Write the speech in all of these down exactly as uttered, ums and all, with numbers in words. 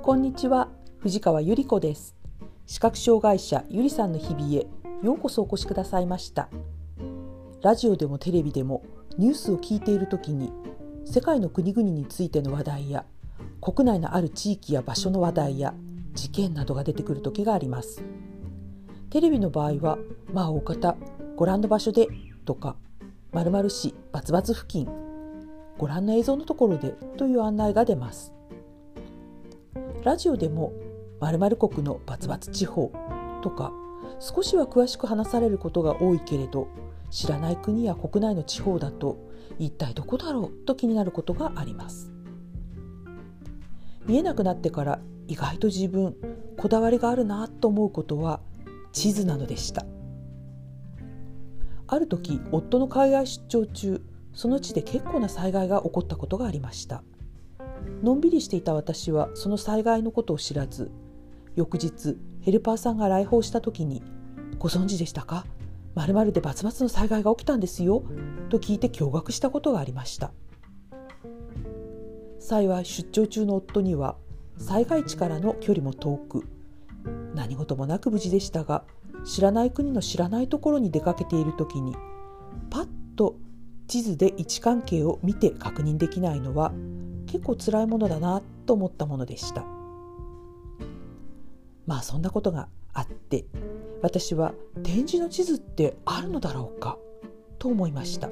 こんにちは、藤川ゆり子です。視覚障害者ゆりさんの日々へようこそお越しくださいました。ラジオでもテレビでもニュースを聞いているときに、世界の国々についての話題や国内のある地域や場所の話題や事件などが出てくるときがあります。テレビの場合は、まあ大方ご覧の場所でとか、〇〇市バツバツ付近、ご覧の映像のところでという案内が出ます。ラジオでも〇〇国のバツバツ地方とか、少しは詳しく話されることが多いけれど、知らない国や国内の地方だと一体どこだろうと気になることがあります。見えなくなってから意外と自分こだわりがあるなと思うことは地図なのでした。ある時、夫の海外出張中、その地で結構な災害が起こったことがありました。のんびりしていた私はその災害のことを知らず、翌日ヘルパーさんが来訪した時に、ご存知でしたか？〇〇でバツバツの災害が起きたんですよと聞いて驚愕したことがありました。幸い出張中の夫には災害地からの距離も遠く、何事もなく無事でしたが、知らない国の知らないところに出かけている時に、パッと地図で位置関係を見て確認できないのは結構辛いものだなと思ったものでした。まあそんなことがあって、私は点字の地図ってあるのだろうかと思いました。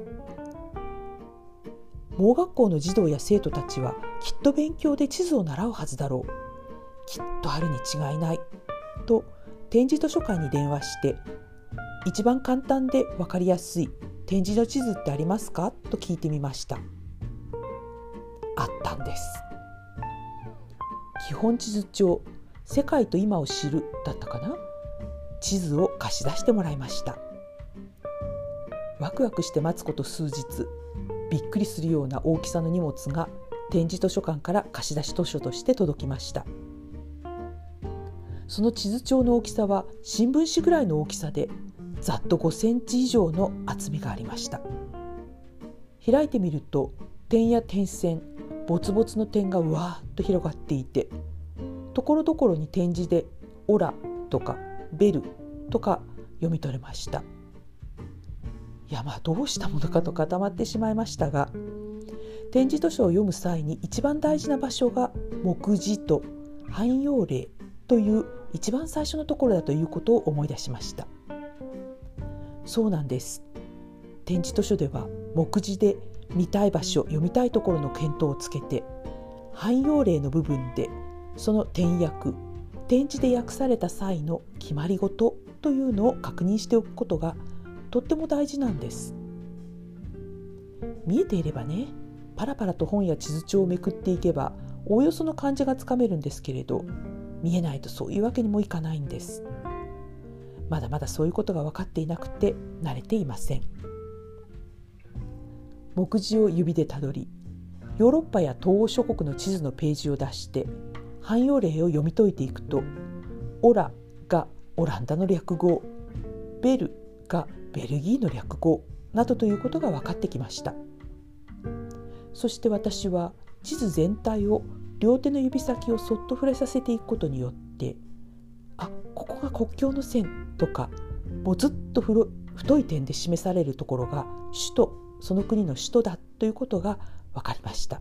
盲学校の児童や生徒たちはきっと勉強で地図を習うはずだろう、きっとあるに違いないと点字図書館に電話して、一番簡単で分かりやすい点字の地図ってありますかと聞いてみました。あったんです。基本地図帳、世界と今を知るだったかな。地図を貸し出してもらいました。ワクワクして待つこと数日、びっくりするような大きさの荷物が点字図書館から貸し出し図書として届きました。その地図帳の大きさは新聞紙ぐらいの大きさで、ざっとごセンチ以上の厚みがありました。開いてみると、点や点線、ボツボツの点がうわーっと広がっていて、ところどころに点字でオラとかベルとか読み取れました。いやまあどうしたものかと固まってしまいましたが、点字図書を読む際に一番大事な場所が目次と汎用例という一番最初のところだということを思い出しました。そうなんです。点字図書では目次で見たい場所、読みたいところの見当をつけて、汎用例の部分でその点訳、点字で訳された際の決まり事というのを確認しておくことがとっても大事なんです。見えていればね、パラパラと本や地図帳をめくっていけばおおよその感じがつかめるんですけれど、見えないとそういうわけにもいかないんです。まだまだそういうことが分かっていなくて慣れていません。目次を指でたどり、ヨーロッパや東欧諸国の地図のページを出して汎用例を読み解いていくと、オラがオランダの略語、ベルがベルギーの略語などということが分かってきました。そして私は地図全体を両手の指先をそっと触れさせていくことによって、あ、ここが国境の線とか、ぼつっと太い点で示されるところが首都、その国の首都だということが分かりました。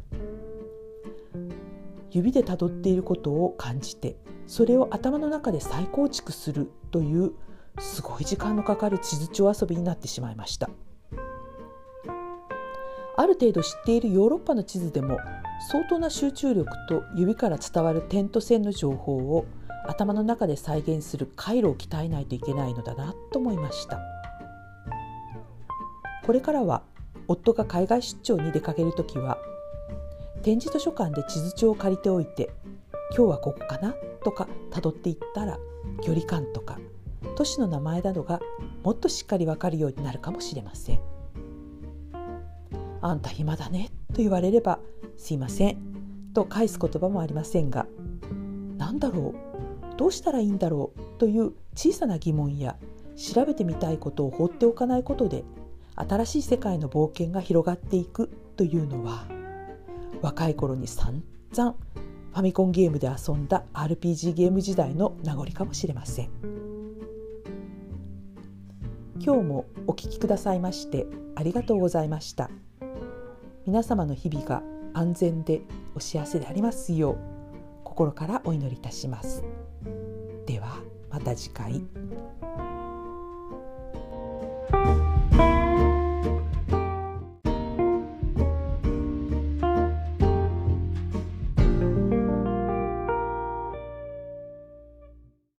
指でたどっていることを感じて、それを頭の中で再構築するというすごい時間のかかる地図帳遊びになってしまいました。ある程度知っているヨーロッパの地図でも、相当な集中力と指から伝わる点と線の情報を頭の中で再現する回路を鍛えないといけないのだなと思いました。これからは夫が海外出張に出かけるときは、点字図書館で地図帳を借りておいて、今日はここかなとか辿っていったら、距離感とか都市の名前などがもっとしっかりわかるようになるかもしれません。あんた暇だねと言われれば、すいませんと返す言葉もありませんが、なんだろう、どうしたらいいんだろうという小さな疑問や調べてみたいことを放っておかないことで、新しい世界の冒険が広がっていくというのは、若い頃に散々 ファミコンゲームで遊んだ アールピージー ゲーム時代の名残かもしれません。今日もお聞きくださいましてありがとうございました。皆様の日々が安全でお幸せでありますよう心からお祈りいたします。ではまた次回。